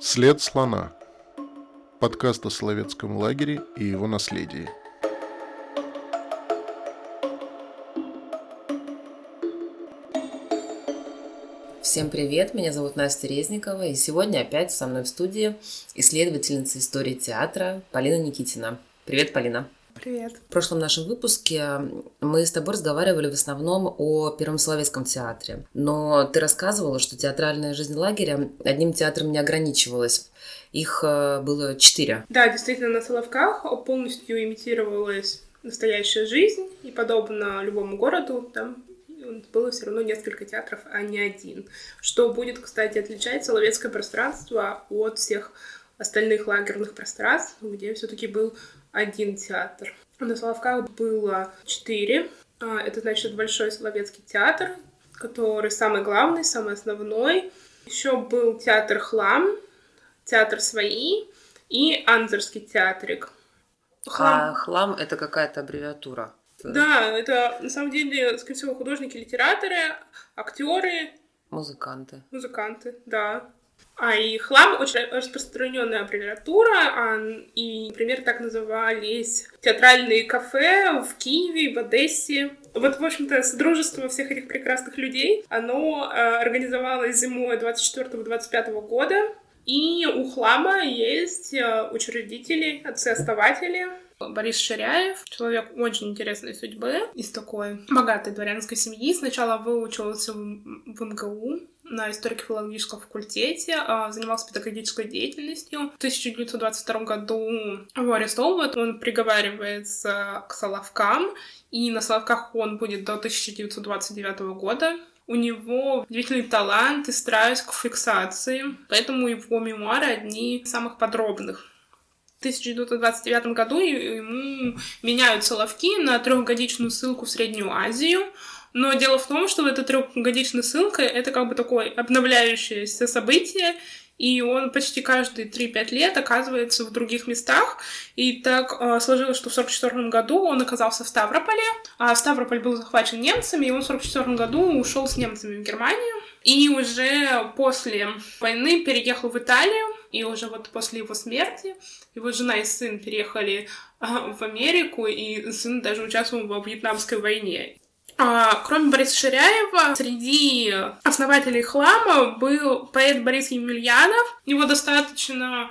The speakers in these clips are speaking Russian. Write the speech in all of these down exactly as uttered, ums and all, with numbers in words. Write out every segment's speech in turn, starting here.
След слона. Подкаст о Соловецком лагере и его наследии. Всем привет, меня зовут Настя Резникова, и сегодня опять со мной в студии исследовательница истории театра Полина Никитина. Привет, Полина. Привет. В прошлом нашем выпуске мы с тобой разговаривали в основном о Первом Соловецком театре, но ты рассказывала, что театральная жизнь лагеря одним театром не ограничивалась. Их было четыре. Да, действительно, на Соловках полностью имитировалась настоящая жизнь, и подобно любому городу, там было все равно несколько театров, а не один. Что будет, кстати, отличать Соловецкое пространство от всех остальных лагерных пространств, где все-таки был один театр. На Соловках было четыре. Это, значит, Большой Соловецкий театр, который самый главный, самый основной. Еще был театр Хлам, театр Свои и Анзорский театрик. Хлам, а хлам — это какая-то аббревиатура? Да, это на самом деле, скорее всего, художники-литераторы, актеры, музыканты. Музыканты, да. А и хлам — очень распространенная аббревиатура, а, и, например, так назывались театральные кафе в Киеве, в Одессе. Вот, в общем-то, содружество всех этих прекрасных людей, оно э, организовалось зимой двадцать четвёртого — двадцать пятого года, и у хлама есть э, учредители, отцы-основатели. Борис Ширяев, человек очень интересной судьбы, из такой богатой дворянской семьи. Сначала выучился в эм гэ у на историко-филологическом факультете, занимался педагогической деятельностью. В тысяча девятьсот двадцать втором году его арестовывают, он приговаривается к Соловкам, и на Соловках он будет до тысяча девятьсот двадцать девятого года. У него удивительный талант и страсть к фиксации, поэтому его мемуары одни из самых подробных. В тысяча девятьсот двадцать девятом году ему меняют Соловки на трехгодичную ссылку в Среднюю Азию, но дело в том, что эта трехгодичная ссылка — это как бы такое обновляющееся событие, и он почти каждые три-пять лет оказывается в других местах. И так э, сложилось, что в сорок четвёртом году он оказался в Ставрополе, а Ставрополь был захвачен немцами, и он в сорок четвёртом году ушел с немцами в Германию, и уже после войны переехал в Италию, и уже вот после его смерти его жена и сын переехали э, в Америку, и сын даже участвовал во Вьетнамской войне. А, кроме Бориса Ширяева, среди основателей хлама был поэт Борис Емельянов. У него достаточно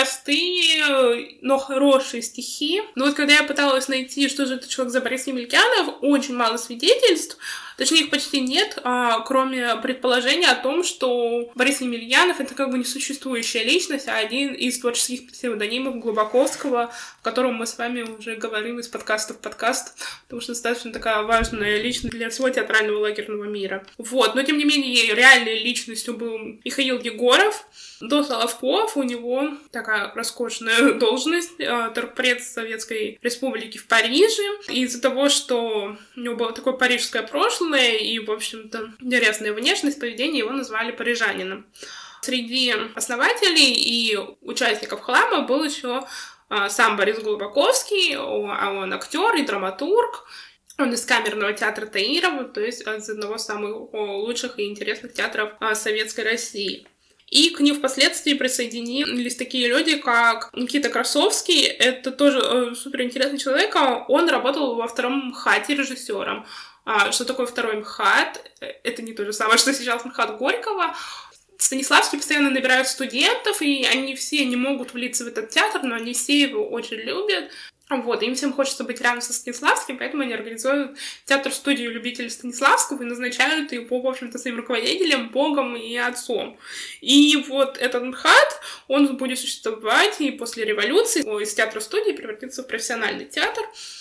простые, но хорошие стихи. Но вот когда я пыталась найти, что же это человек за Борис Емельянов, очень мало свидетельств, точнее их почти нет, а, кроме предположения о том, что Борис Емельянов — это как бы несуществующая личность, а один из творческих псевдонимов Глубоковского, о котором мы с вами уже говорим из подкаста в подкаст, потому что достаточно такая важная личность для всего театрального лагерного мира. Вот, но тем не менее реальной личностью был Михаил Егоров. До Соловков у него такая роскошная должность, торгпред Советской Республики в Париже. Из-за того, что у него было такое парижское прошлое и, в общем-то, интересная внешность, поведение, его назвали парижанином. Среди основателей и участников хлама был еще сам Борис Глубоковский, а он актер и драматург. Он из камерного театра Таирова, то есть из одного из самых лучших и интересных театров Советской России. И к ним впоследствии присоединились такие люди, как Никита Красовский. Это тоже э, суперинтересный человек. Он работал во втором МХАТе режиссером. А, что такое второй МХАТ? Это не то же самое, что сейчас МХАТ Горького. Станиславский постоянно набирают студентов, и они все не могут влиться в этот театр, но они все его очень любят. Вот, им всем хочется быть рядом со Станиславским, поэтому они организуют театр-студию любителей Станиславского и назначают его, в общем-то, своим руководителем, богом и отцом. И вот этот МХАТ, он будет существовать и после революции из театра-студии превратится в профессиональный театр.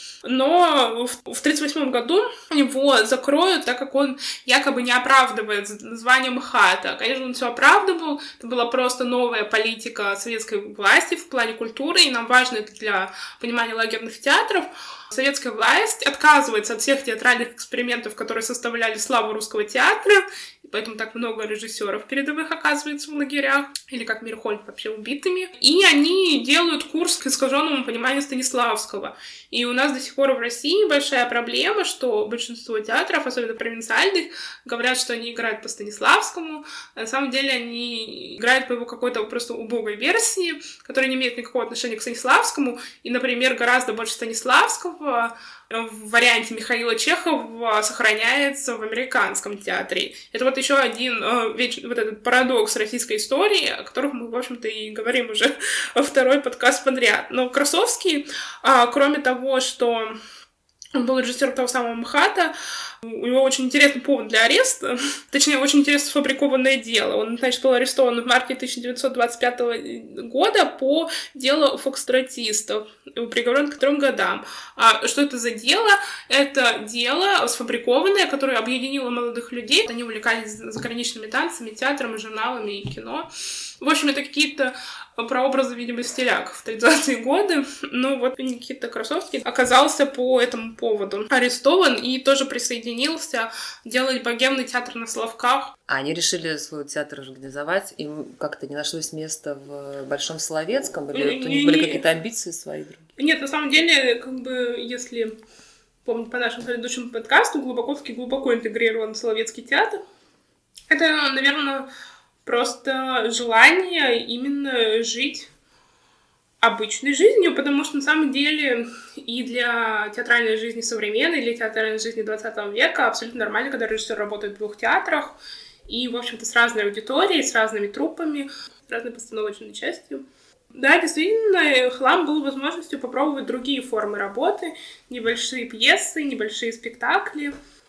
Но в тридцать восьмом году его закроют, так как он якобы не оправдывает звание МХАТа. Конечно, он все оправдывал, это была просто новая политика советской власти в плане культуры, и нам важно это для понимания лагерных театров. Советская власть отказывается от всех театральных экспериментов, которые составляли славу русского театра, и поэтому так много режиссеров передовых оказывается в лагерях, или как Мирхольд вообще убитыми. И они делают курс к искаженному пониманию Станиславского. И у нас до сих пор в России большая проблема, что большинство театров, особенно провинциальных, говорят, что они играют по Станиславскому, а на самом деле они играют по его какой-то просто убогой версии, которая не имеет никакого отношения к Станиславскому, и, например, гораздо больше Станиславского в варианте Михаила Чехова сохраняется в американском театре. Это вот еще один э, веч... вот этот парадокс российской истории, о котором мы, в общем-то, и говорим уже второй подкаст подряд. Но Красовский, э, кроме того, что он был режиссером того самого МХАТа, у него очень интересный повод для ареста, точнее, очень интересно сфабрикованное дело. Он, значит, был арестован в марте тысяча девятьсот двадцать пятого года по делу фокстратистов, приговорен к трем годам. А что это за дело? Это дело сфабрикованное, которое объединило молодых людей. Они увлекались заграничными танцами, театром, и журналами и кино. В общем, это какие-то прообразы, видимо, стиляков в тридцатые годы. Ну вот Никита Красовский оказался по этому поводу арестован и тоже присоединился делать богемный театр на Соловках. А они решили свой театр организовать, им как-то не нашлось места в Большом Соловецком, или у них были какие-то амбиции свои другие? Нет, на самом деле, как бы, если помнить по нашему предыдущему подкасту, Глубоковский глубоко интегрирован в Соловецкий театр. Это, наверное, просто желание именно жить обычной жизнью, потому что на самом деле и для театральной жизни современной, и для театральной жизни двадцатого века абсолютно нормально, когда режиссер работает в двух театрах, и, в общем-то, с разной аудиторией, с разными труппами, с разной постановочной частью. Да, действительно, «Хлам» был возможностью попробовать другие формы работы, небольшие пьесы, небольшие спектакли.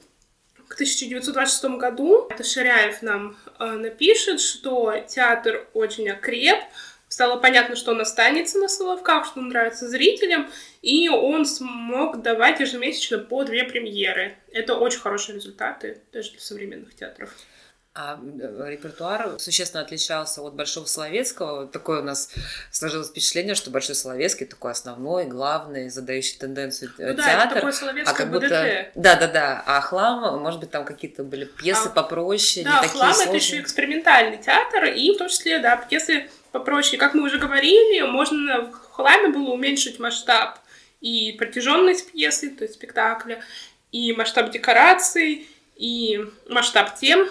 К тысяча девятьсот двадцать шестому году Ширяев нам э, напишет, что театр очень окреп, стало понятно, что он останется на Соловках, что он нравится зрителям, и он смог давать ежемесячно по две премьеры. Это очень хорошие результаты даже для современных театров. А репертуар существенно отличался от Большого Соловецкого. Такое у нас сложилось впечатление, что Большой Соловецкий такой основной, главный, задающий тенденцию ну, театр. Да, это такое Соловецкое а как будто... будто... Да-да-да. А «Хлам», может быть, там какие-то были пьесы а... попроще, да, не такие «Хлам» сложные. Это еще экспериментальный театр, и в том числе, да, пьесы попроще. Как мы уже говорили, можно в «Хламе» было уменьшить масштаб и протяженность пьесы, то есть спектакля, и масштаб декораций, и масштаб тем.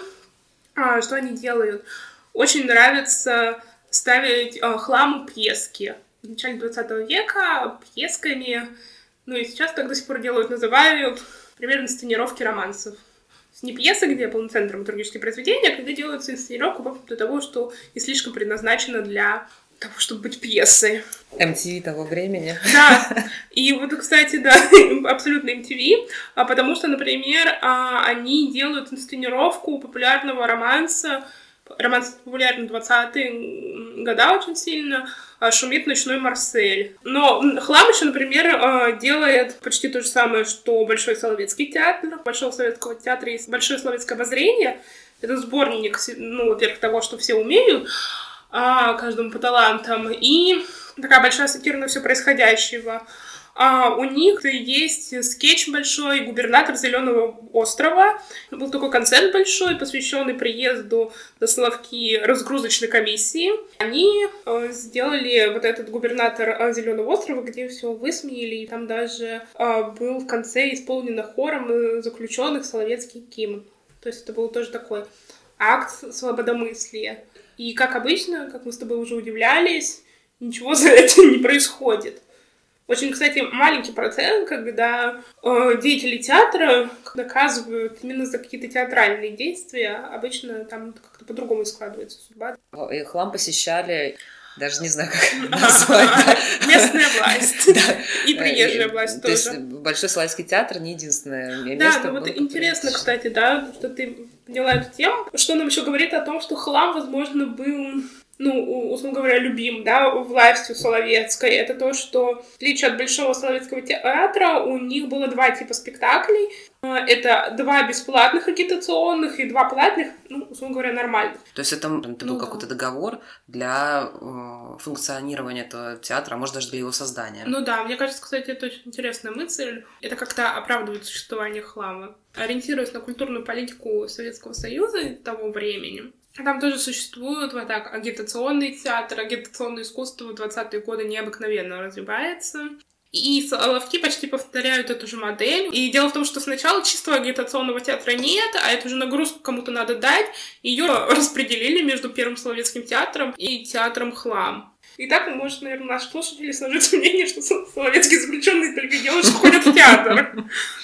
А, что они делают? Очень нравится ставить а, «Хламу» пьески. В начале двадцатого века пьесками, ну и сейчас так до сих пор делают, называют примерно инсценировки романсов. То есть не пьесы, где полноценные драматургические произведения, а когда делается инсценировка, в общем-то, того, что не слишком предназначено для того, чтобы быть пьесой. эм ти ви того времени. Да, и вот, кстати, да, абсолютно эм ти ви, потому что, например, они делают инсценировку популярного романса, романс популярный в двадцатые годы очень сильно, «Шумит ночной Марсель». Но «Хлам» еще, например, делает почти то же самое, что Большой Соловецкий театр. В Большого Советского театра есть Большое Соловецкое обозрение. Это сборник, ну, во-первых, того, что все умеют, а, каждому по талантам, и такая большая сатира на все происходящего. А, у них есть скетч большой «Губернатор Зеленого острова». Был такой концерт большой, посвященный приезду на Соловки разгрузочной комиссии. Они э, сделали вот этот «Губернатор Зеленого острова», где все высмеяли, и там даже э, был в конце исполнено хором заключенных соловецкий гимн. То есть это был тоже такой акт свободомыслия. И, как обычно, как мы с тобой уже удивлялись, ничего за это не происходит. Очень, кстати, маленький процент, когда э, деятели театра наказывают именно за какие-то театральные действия, обычно там как-то по-другому складывается судьба. И «Хлам» посещали, даже не знаю, как назвать. Местная власть. И приезжая власть тоже. То есть Большой Соловецкий театр не единственное место. Да, ну вот интересно, кстати, да, что ты поняла эту тему. Что нам еще говорит о том, что «Хлам», возможно, был ну, условно говоря, любим, да, властью Соловецкой, это то, что, в отличие от Большого Соловецкого театра, у них было два типа спектаклей. Это два бесплатных агитационных и два платных, ну, условно говоря, нормальных. То есть это, это был ну, какой-то договор для э, функционирования этого театра, а может, даже для его создания? Ну да, мне кажется, кстати, это очень интересная мысль. Это как-то оправдывает существование хлама. Ориентируясь на культурную политику Советского Союза того времени, там тоже существует вот так агитационный театр, агитационное искусство в двадцатые годы необыкновенно развивается. И Соловки почти повторяют эту же модель. И дело в том, что сначала чистого агитационного театра нет, а эту же нагрузку кому-то надо дать. Ее распределили между Первым Соловецким театром и театром «Хлам». И так, может, наверное, наши слушатели сложится мнение, что соловецкие заключенные только девушки ходят в театр.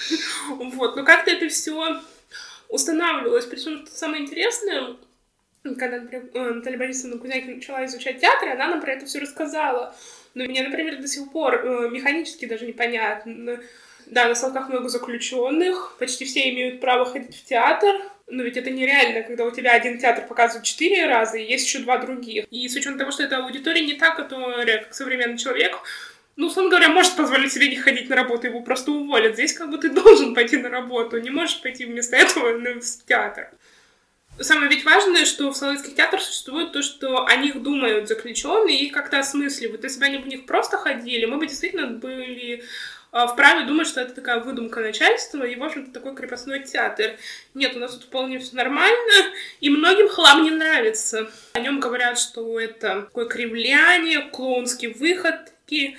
Вот, но как-то это все устанавливалось. Причем, что самое интересное, когда, например, Наталья Борисовна Кузнякина начала изучать театр, она нам про это все рассказала. Но мне, например, до сих пор э, механически даже непонятно. Да, на Соловках много заключенных, почти все имеют право ходить в театр, но ведь это нереально, когда у тебя один театр показывает четыре раза, и есть еще два других. И с учетом того, что эта аудитория не та, которая, как современный человек, ну, условно говоря, может позволить себе не ходить на работу, его просто уволят. Здесь как бы ты должен пойти на работу, не можешь пойти вместо этого в театр. Самое ведь важное, что в соловецких театрах существует то, что о них думают заключенные и их как-то осмысливают. Если бы они в них просто ходили, мы бы действительно были вправе думать, что это такая выдумка начальства и, в общем-то, такой крепостной театр. Нет, у нас тут вполне все нормально, и многим хлам не нравится. О нем говорят, что это такое кривляние, клоунские выходки,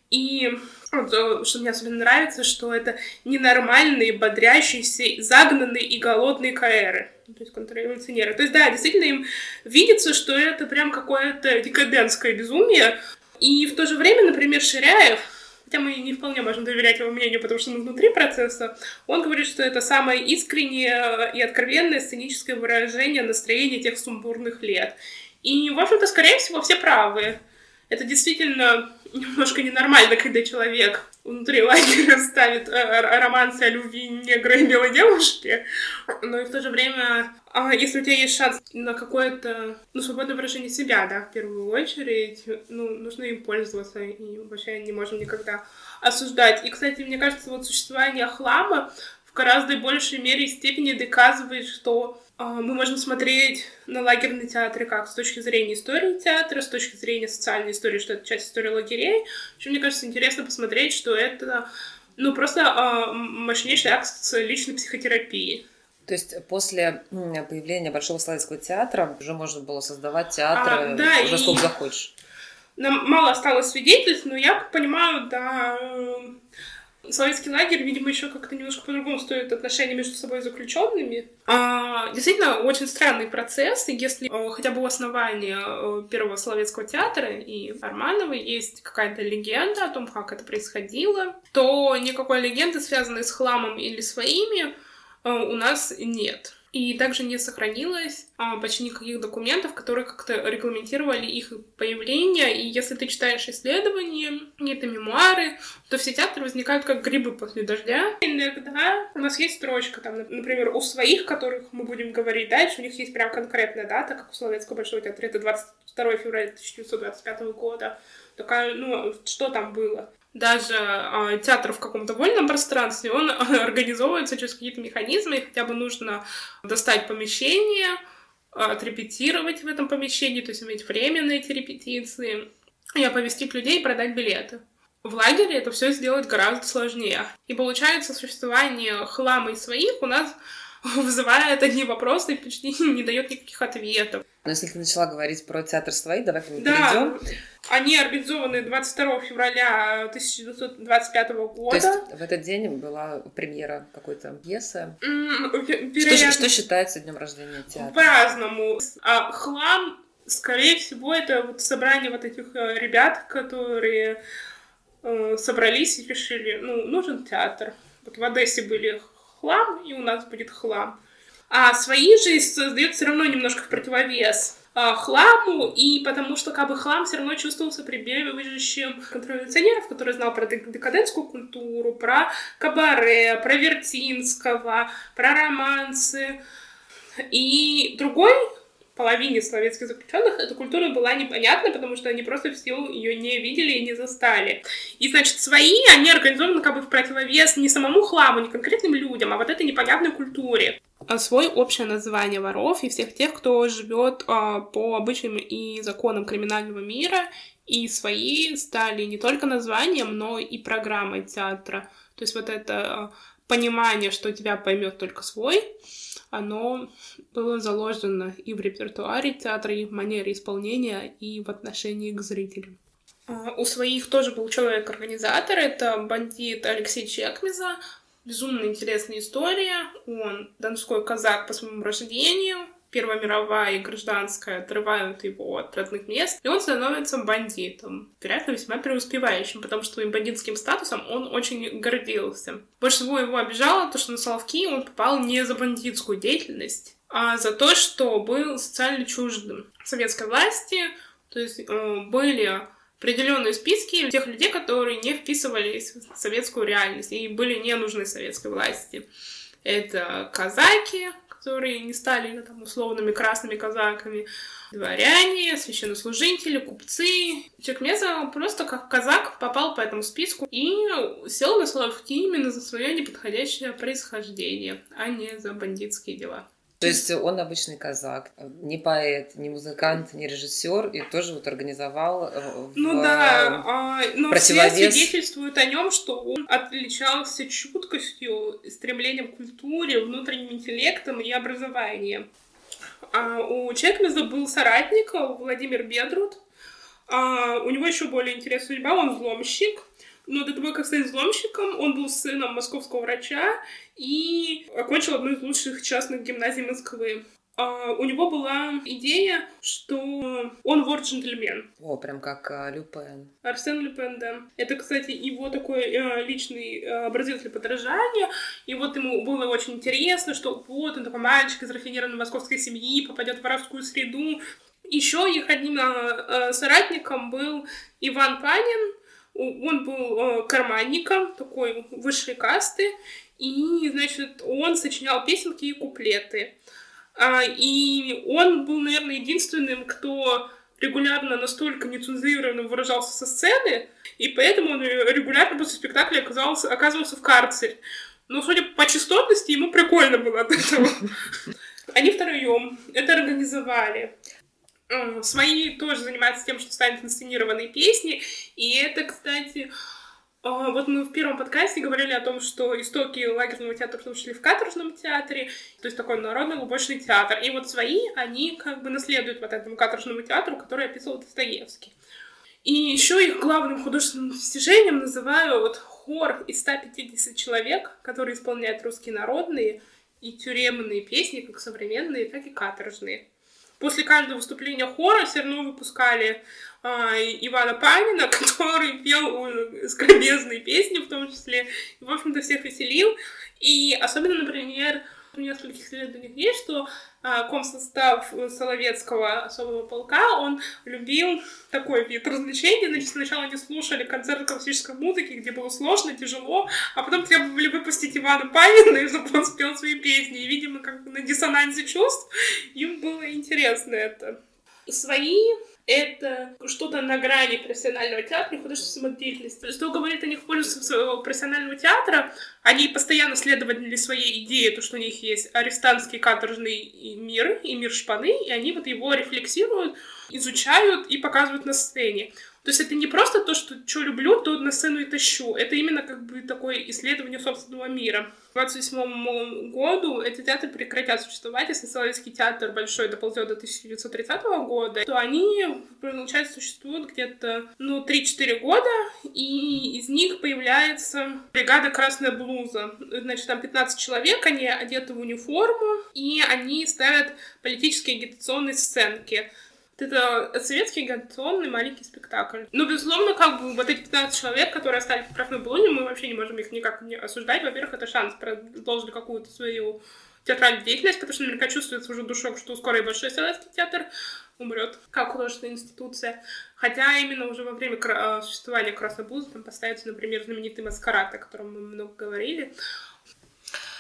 и вот, что мне особенно нравится, что это ненормальные, бодрящиеся, загнанные и голодные каэры. То есть контрреволюционеры. То есть, да, действительно им видится, что это прям какое-то декадентское безумие. И в то же время, например, Ширяев, хотя мы не вполне можем доверять его мнению, потому что он внутри процесса, он говорит, что это самое искреннее и откровенное сценическое выражение настроения тех сумбурных лет. И, в общем-то, скорее всего, все правы. Это действительно немножко ненормально, когда человек внутри лагеря ставит романсы о любви негра и белой девушки, но и в то же время, если у тебя есть шанс на какое-то, ну, свободное выражение себя, да, в первую очередь, ну, нужно им пользоваться, и вообще не можем никогда осуждать. И, кстати, мне кажется, вот существование хлама в гораздо большей мере и степени доказывает, что мы можем смотреть на лагерные театры как с точки зрения истории театра, с точки зрения социальной истории, что это часть истории лагерей. Еще, мне кажется, интересно посмотреть, что это, ну, просто э, мощнейший акт личной психотерапии. То есть после появления Большого Соловецкого театра уже можно было создавать театры а, да, уже сколько захочешь? Нам мало осталось свидетельств, но я, как понимаю, да... Соловецкий лагерь, видимо, еще как-то немножко по-другому стоит отношения между собой заключенными. А, действительно, очень странный процесс, и если а, хотя бы у основания а, Первого Соловецкого театра и Армановой есть какая-то легенда о том, как это происходило, то никакой легенды, связанной с хламом или своими, а, у нас нет. И также не сохранилось а, почти никаких документов, которые как-то регламентировали их появление. И если ты читаешь исследования, какие-то мемуары, то все театры возникают как грибы после дождя. Иногда у нас есть строчка, там, например, у своих, которых мы будем говорить дальше, у них есть прям конкретная дата, как у Соловецкого Большого театра, это двадцать второго февраля тысяча девятьсот двадцать пятого года. Такая, ну, что там было? Даже э, театр в каком-то вольном пространстве, он организовывается через какие-то механизмы, и хотя бы нужно достать помещение, э, отрепетировать в этом помещении, то есть иметь время на эти репетиции, и оповестить людей и продать билеты. В лагере это все сделать гораздо сложнее. И получается, существование хлама и своих у нас вызывает одни вопросы и почти не дает никаких ответов. Но если ты начала говорить про театр своих, давай к нему да, перейдем. Они организованы двадцать второго февраля тысяча девятьсот двадцать пятого года. То есть в этот день была премьера какой-то пьесы? Mm, вероятно, что, что считается днем рождения театра? По-разному. А хлам, скорее всего, это вот собрание вот этих ребят, которые э, собрались и решили, ну, нужен театр. Вот в Одессе были хлам, и у нас будет хлам. А свои же создают все равно немножко в противовес а, хламу, и потому что как бы хлам все равно чувствовался прибежищем контрреволюционеров, который знал про декадентскую культуру, про кабаре, про Вертинского, про романсы. И другой половине советских заключенных эта культура была непонятна, потому что они просто в силу ее не видели и не застали. И, значит, свои, они организованы как бы в противовес не самому хламу, не конкретным людям, а вот этой непонятной культуре. Свой общее название воров и всех тех, кто живет а, по обычаям и законам криминального мира, и свои стали не только названием, но и программой театра. То есть вот это понимание, что тебя поймет только свой, оно было заложено и в репертуаре театра, и в манере исполнения, и в отношении к зрителям. У своих тоже был человек-организатор, это бандит Алексей Чекмеза. Безумно интересная история. Он донской казак по своему рождению. Первая мировая и гражданская отрывают его от родных мест, и он становится бандитом, вероятно, весьма преуспевающим, потому что своим бандитским статусом он очень гордился. Больше всего его обижало то, что на Соловки он попал не за бандитскую деятельность, а за то, что был социально чуждым советской власти, то есть были определенные списки тех людей, которые не вписывались в советскую реальность и были не нужны советской власти. Это казаки, которые не стали там, условными красными казаками, дворяне, священнослужители, купцы. Чекмеза просто как казак попал по этому списку и сел на Соловки именно за свое неподходящее происхождение, а не за бандитские дела. То есть он обычный казак, не поэт, не музыкант, не режиссер, и тоже вот организовал в Ну да, а, но противовес... все свидетельствуют о нем, что он отличался чуткостью, стремлением к культуре, внутренним интеллектом и образованием. А у Чекмеза был соратник Владимир Бедрут. А у него еще более интересная судьба, он взломщик. Но до того, как стать взломщиком, он был сыном московского врача и окончил одну из лучших частных гимназий Москвы. А у него была идея, что он вор-джентльмен. О, прям как а, Люпен. Арсен Люпен, да. Это, кстати, его такой э, личный э, образец для подражания. И вот ему было очень интересно, что вот он такой мальчик из рафинированной московской семьи, попадет в воровскую среду. Еще их одним э, соратником был Иван Панин. Он был э, карманником, такой высшей касты, и, значит, он сочинял песенки и куплеты. А, и он был, наверное, единственным, кто регулярно настолько нецензурированно выражался со сцены, и поэтому он регулярно после спектакля оказался, оказывался в карцере. Но, судя по частотности, ему прикольно было от этого. Они втроем это организовали. Свои тоже занимаются тем, что ставят инсценированные песни. И это, кстати, вот мы в первом подкасте говорили о том, что истоки лагерного театра в том числе в каторжном театре, то есть такой народный глубочный театр. И вот свои, они как бы наследуют вот этому каторжному театру, который описывал Достоевский. И еще их главным художественным достижением называют хор из ста пятидесяти человек, которые исполняют русские народные и тюремные песни, как современные, так и каторжные. После каждого выступления хора все равно выпускали а, Ивана Панина, который пел скорбезные песни в том числе, и, в общем-то, всех веселил. И особенно, например, у нескольких исследований есть, что а, комсостав Соловецкого особого полка, он любил такой вид развлечений. Значит, сначала они слушали концерт классической музыки, где было сложно, тяжело, а потом требовали выпустить Ивана Панина, чтобы он спел свои песни. И, видимо, как бы на диссонансе чувств им было интересно это. Свои — это что-то на грани профессионального театра и художественной самодеятельности. Что говорит о них в пользу своего профессионального театра? Они постоянно следовали своей идее, то, что у них есть арестантский каторжный мир и мир шпаны, и они вот его рефлексируют, изучают и показывают на сцене. То есть это не просто то, что, что люблю, то на сцену и тащу. Это именно как бы такое исследование собственного мира. К двадцать восьмому году эти театры прекратят существовать. Если Соловецкий театр большой доползет до тысяча девятьсот тридцатого года, то они, получается, существуют где-то, ну, три-четыре года, и из них появляется бригада «Красная блуза». Значит, там пятнадцать человек, они одеты в униформу, и они ставят политические агитационные сценки. Это советский агитационный маленький спектакль. Но, безусловно, как бы вот эти пятнадцать человек, которые остались в «Красной блузе», мы вообще не можем их никак не осуждать. Во-первых, это шанс продолжить какую-то свою театральную деятельность, потому что наверняка чувствуется уже душок, что скоро и Большой советский театр умрет как художественная институция. Хотя именно уже во время существования «Красной блузы» там поставится, например, знаменитый «Маскарад», о котором мы много говорили.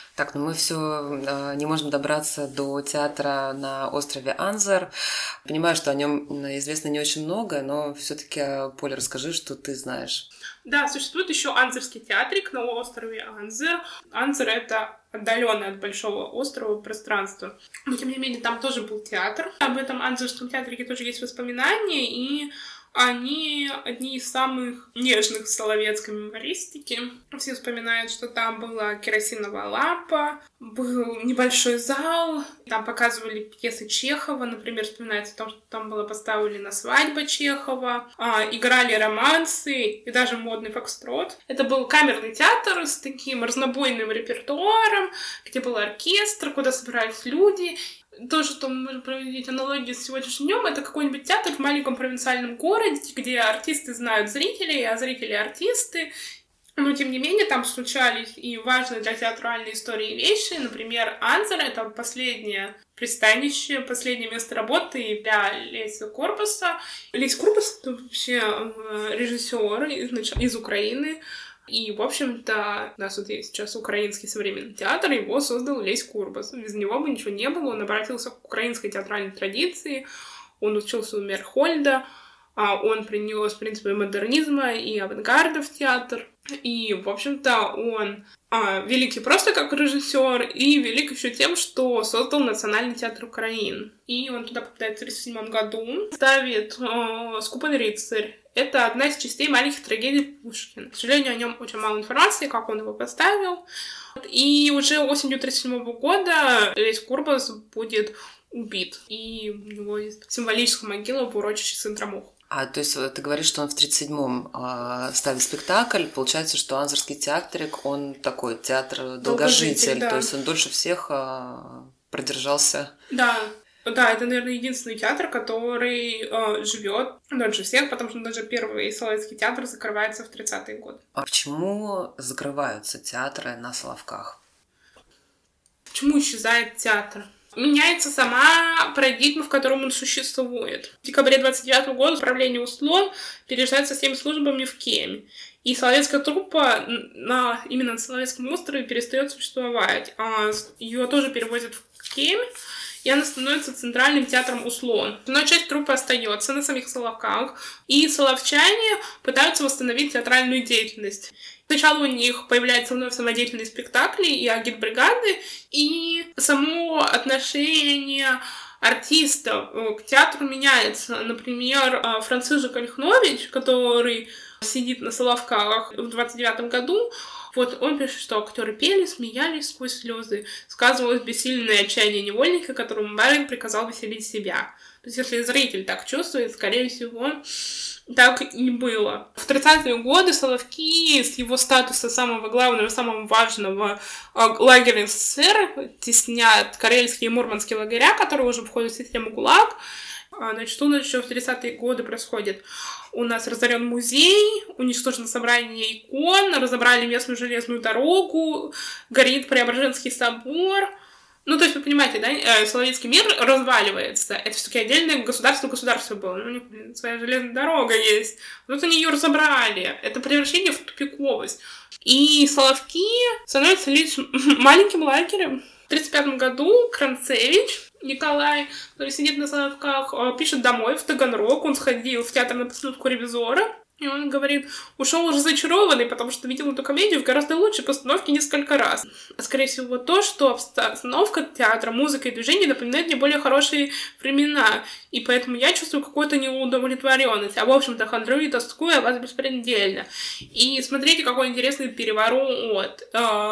Так, ну мы все э, не можем добраться до театра на острове Анзор. Понимаю, что о нем известно не очень много, но все-таки, Поля, расскажи, что ты знаешь. Да, существует еще Анзорский театрик на острове Анзор. Анзор — это отдаленное от большого острова пространство. Но, тем не менее, там тоже был театр. Об этом Анзорском театрике тоже есть воспоминания, и они одни из самых нежных в соловецкой мемористике. Все вспоминают, что там была керосиновая лампа, был небольшой зал, там показывали пьесы Чехова, например, вспоминается о том, что там была поставлена свадьба Чехова, а, играли романсы и даже модный фокстрот. Это был камерный театр с таким разнобойным репертуаром, где был оркестр, куда собирались люди. То, что мы можем проводить аналогию с сегодняшним днем, это какой-нибудь театр в маленьком провинциальном городе, где артисты знают зрителей, а зрители — артисты. Но, тем не менее, там случались и важные для театральной истории вещи. Например, Анзор — это последнее пристанище, последнее место работы для Лейса Корпуса. Лейс Корпус — это вообще режиссер из, из Украины. И, в общем-то, у нас вот есть сейчас украинский современный театр, его создал Лейс Курбас. Без него бы ничего не было, он обратился к украинской театральной традиции, он учился у Мерхольда, он принес принципы модернизма и авангарда в театр. И, в общем-то, он а, великий просто как режиссер и велик еще тем, что создал Национальный театр Украины. И он туда попадает в тридцать седьмом году, ставит э, «Скупой рыцарь». Это одна из частей маленьких трагедий Пушкина. К сожалению, о нем очень мало информации, как он его поставил. И уже осенью тридцать седьмого года Лейс Курбас будет убит. И у него есть символическая могила в урочище Синтрамух. А, то есть ты говоришь, что он в тридцать седьмом э, ставит спектакль. Получается, что Анзорский театрик, он такой театр-долгожитель. Долгожитель, да. То есть он дольше всех э, продержался. Да. Да, это, наверное, единственный театр, который э, живет дольше всех, потому что даже первый Соловецкий театр закрывается в тридцатые годы. А почему закрываются театры на Соловках? Почему исчезает театр? Меняется сама парадигма, в котором он существует. В декабре двадцать девятого года управление Услон переезжает со всеми службами в Кемь. И соловецкая труппа на, именно на Соловецком острове перестает существовать. А ее тоже перевозят в Кемь, и она становится центральным театром Услон. Но часть труппы остается на самих Соловках, и соловчане пытаются восстановить театральную деятельность. Сначала у них появляются вновь самодеятельные спектакли и агитбригады, и само отношение артистов к театру меняется. Например, Францишек Ольхнович, который сидит на Соловках в двадцать девятом году, вот он пишет, что актеры пели, смеялись сквозь слезы, сказывалось бессильное отчаяние невольника, которому барин приказал веселить себя. То есть, если зритель так чувствует, скорее всего, так и было. В тридцатые годы Соловки с его статуса самого главного, самого важного лагеря СССР теснят карельские и мурманские лагеря, которые уже входят в систему ГУЛАГ. Значит, что у нас еще в тридцатые годы происходит? У нас разорен музей, уничтожено собрание икон, разобрали местную железную дорогу, горит Преображенский собор. Ну, то есть, вы понимаете, да, Соловецкий мир разваливается. Это все-таки отдельное государство, государство было. Ну, у них, блин, своя железная дорога есть. Вот они ее разобрали. Это превращение в тупиковость. И Соловки становятся лишь маленьким лагерем. В тридцать пятом году Кранцевич Николай, который сидит на Соловках, пишет домой в Таганрог. Он сходил в театр на постановку «Ревизора». И он говорит, ушел разочарованный, потому что видел эту комедию в гораздо лучшей постановке несколько раз. А скорее всего то, что обстановка театра, музыка и движение напоминают мне более хорошие времена. И поэтому я чувствую какую-то неудовлетворенность. А в общем-то хандрю и тоскую о вас беспредельно. И смотрите, какой интересный переворот.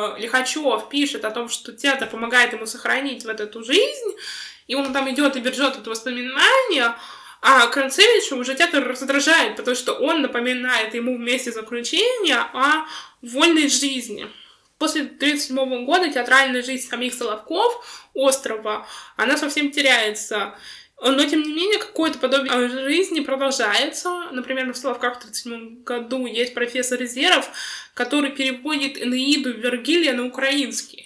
Лихачев пишет о том, что театр помогает ему сохранить вот эту жизнь. И он там идет и бережет это воспоминание. А Кранцевича уже театр раздражает, потому что он напоминает ему в месте заключения о вольной жизни. После тридцать седьмого года театральная жизнь самих Соловков, острова, она совсем теряется. Но, тем не менее, какое-то подобие жизни продолжается. Например, в Соловках в тридцать седьмом году есть профессор Зеров, который переводит Энеиду Вергилия на украинский.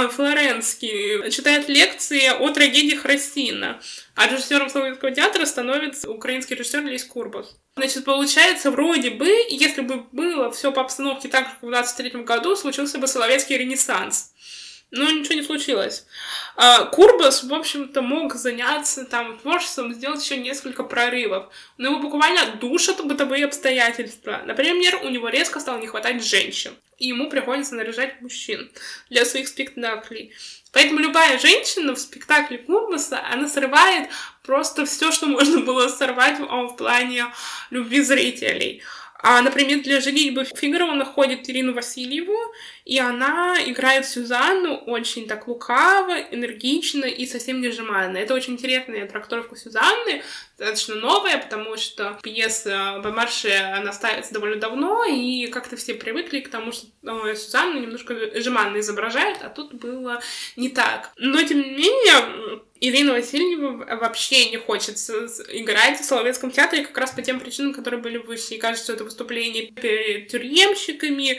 Флоренский читает лекции о трагедии Храсина, а режиссером Соловецкого театра становится украинский режиссер Лейс Курбас. Значит, получается, вроде бы, если бы было все по обстановке так, как в двадцать третьем году, случился бы Соловецкий ренессанс. Но ничего не случилось. А Курбас, в общем-то, мог заняться там творчеством, сделать еще несколько прорывов. Но его буквально душат бытовые обстоятельства. Например, у него резко стало не хватать женщин. И ему приходится наряжать мужчин для своих спектаклей. Поэтому любая женщина в спектакле Курбаса, она срывает просто все, что можно было сорвать в плане любви зрителей. А, например, для «Женитьбы Фигаро» он находит Ирину Васильеву, и она играет Сюзанну очень так лукаво, энергично и совсем не жеманно. Это очень интересная трактовка Сюзанны, достаточно новая, потому что пьеса «Бомарше», она ставится довольно давно, и как-то все привыкли к тому, что ну, Сюзанну немножко жеманно изображают, а тут было не так. Но, тем не менее, Ирина Васильева вообще не хочет играть в Соловецком театре как раз по тем причинам, которые были выше. Ей кажется, что это выступление перед тюремщиками,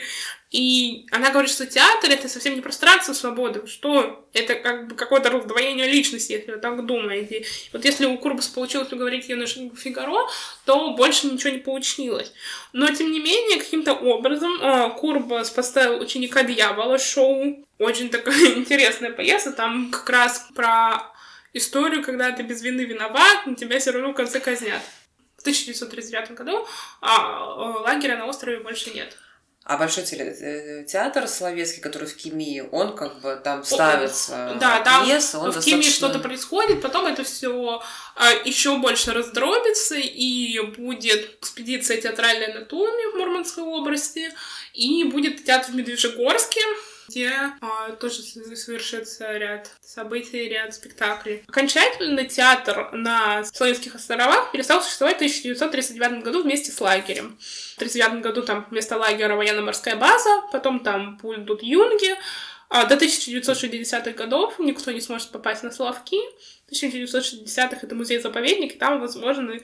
и она говорит, что театр — это совсем не пространство свободы, что это как бы какое-то раздвоение личности, если вы так думаете. Вот если у Курбаса получилось уговорить ее на «Женитьбу Фигаро», то больше ничего не получилось. Но, тем не менее, каким-то образом Курбас поставил «Ученика дьявола» шоу. Очень такая интересная пьеса, там как раз про историю, когда ты без вины виноват, но тебя все равно в конце казнят. В тысяча девятьсот тридцать девятом году а лагеря на острове больше нет. А Большой театр Соловецкий, который в Кимии, он как бы там ставится да, там пьеса, он в достаточно... Кимии что-то происходит, потом это все а, еще больше раздробится, и будет экспедиция театральной анатомии в Мурманской области, и будет театр в Медвежьегорске, где а, тоже совершится ряд событий, ряд спектаклей. Окончательно театр на Соловецких островах перестал существовать в тысяча девятьсот тридцать девятом году вместе с лагерем. В тридцать девятом году там вместо лагеря военно-морская база, потом там будут юнги. А до тысяча девятьсот шестидесятых годов никто не сможет попасть на Соловки. В тысяча девятьсот шестидесятых это музей-заповедник, и там возможны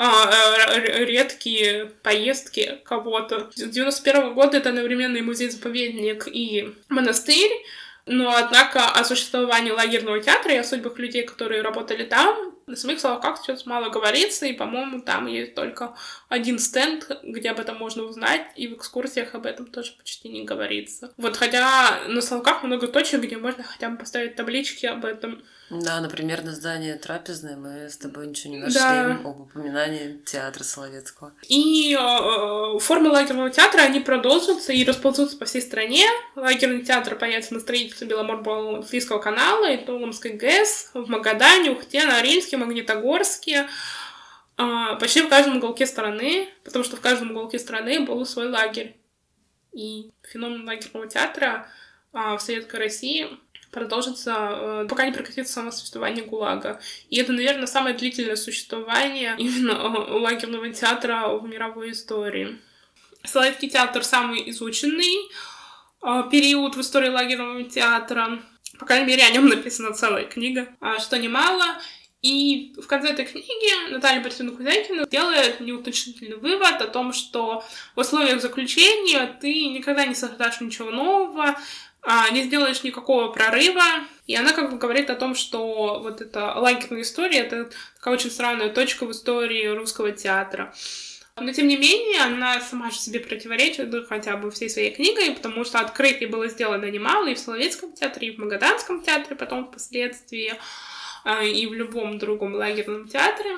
а, редкие поездки кого-то. С девяносто первого года это одновременно и музей-заповедник, и монастырь. Но, однако, о существовании лагерного театра и о судьбах людей, которые работали там, на самих Соловках сейчас мало говорится, и, по-моему, там есть только один стенд, где об этом можно узнать, и в экскурсиях об этом тоже почти не говорится. Вот, хотя на Соловках много точек, где можно хотя бы поставить таблички об этом. Да, например, на здании трапезной мы с тобой ничего не нашли да. об упоминании театра Соловецкого. И э, формы лагерного театра, они продолжатся и расползутся по всей стране. Лагерный театр появится на строительстве Беломор-Балтийского канала, и Томской ГЭС, в Магадане, Ухте, Норильске, Магнитогорске, э, почти в каждом уголке страны, потому что в каждом уголке страны был свой лагерь. И феномен лагерного театра э, в Советской России продолжится, пока не прекратится само существование ГУЛАГа. И это, наверное, самое длительное существование именно лагерного театра в мировой истории. Соловецкий театр самый изученный период в истории лагерного театра. По крайней мере, о нем написана целая книга, что немало. И в конце этой книги Наталья Борисовна Кузякина делает неутешительный вывод о том, что в условиях заключения ты никогда не создашь ничего нового, не сделаешь никакого прорыва. И она как бы говорит о том, что вот эта лагерная история — это такая очень странная точка в истории русского театра. Но, тем не менее, она сама же себе противоречит, ну, хотя бы всей своей книгой, потому что открытий было сделано немало и в Соловецком театре, и в Магаданском театре потом впоследствии, и в любом другом лагерном театре.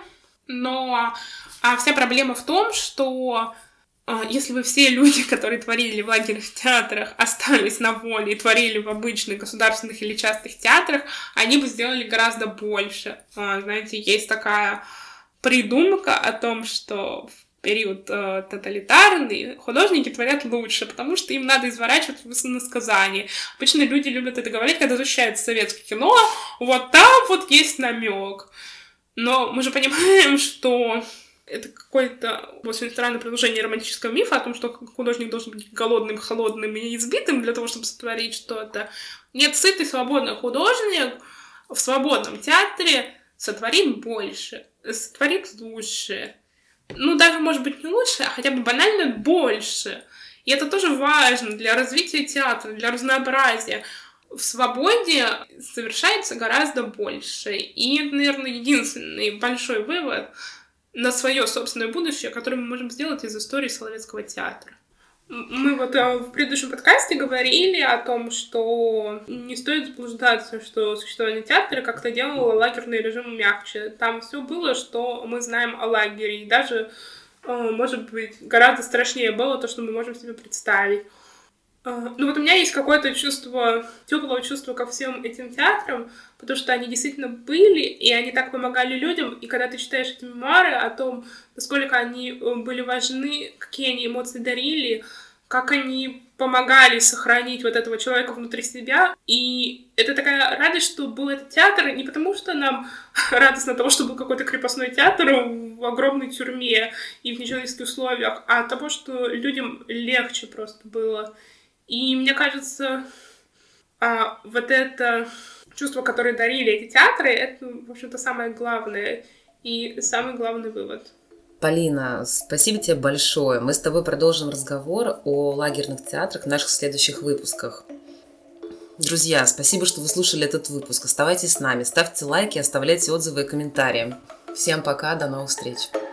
Но а вся проблема в том, что если бы все люди, которые творили в лагерных театрах, остались на воле и творили в обычных государственных или частных театрах, они бы сделали гораздо больше. Знаете, есть такая придумка о том, что в период э, тоталитарный художники творят лучше, потому что им надо изворачивать высказания. Обычно люди любят это говорить, когда защищают советское кино, вот там вот есть намек. Но мы же понимаем, что это какое-то очень странное продолжение романтического мифа о том, что художник должен быть голодным, холодным и избитым для того, чтобы сотворить что-то. Нет, сытый, свободный художник в свободном театре сотворит больше, сотворит лучше. Ну, даже, может быть, не лучше, а хотя бы банально больше. И это тоже важно для развития театра, для разнообразия. В свободе совершается гораздо больше. И это, наверное, единственный большой вывод на свое собственное будущее, который мы можем сделать из истории Соловецкого театра. Мы вот в предыдущем подкасте говорили о том, что не стоит заблуждаться, что существование театра как-то делало лагерный режим мягче. Там все было, что мы знаем о лагере, и даже, может быть, гораздо страшнее было то, что мы можем себе представить. Ну вот у меня есть какое-то чувство, теплого чувства ко всем этим театрам, потому что они действительно были, и они так помогали людям, и когда ты читаешь эти мемуары о том, насколько они были важны, какие они эмоции дарили, как они помогали сохранить вот этого человека внутри себя, и это такая радость, что был этот театр, не потому что нам радостно того, что был какой-то крепостной театр в огромной тюрьме и в нечеловеческих условиях, а от того, что людям легче просто было. И мне кажется, а, вот это чувство, которое дарили эти театры, это, в общем-то, самое главное и самый главный вывод. Полина, спасибо тебе большое. Мы с тобой продолжим разговор о лагерных театрах в наших следующих выпусках. Друзья, спасибо, что вы слушали этот выпуск. Оставайтесь с нами, ставьте лайки, оставляйте отзывы и комментарии. Всем пока, до новых встреч.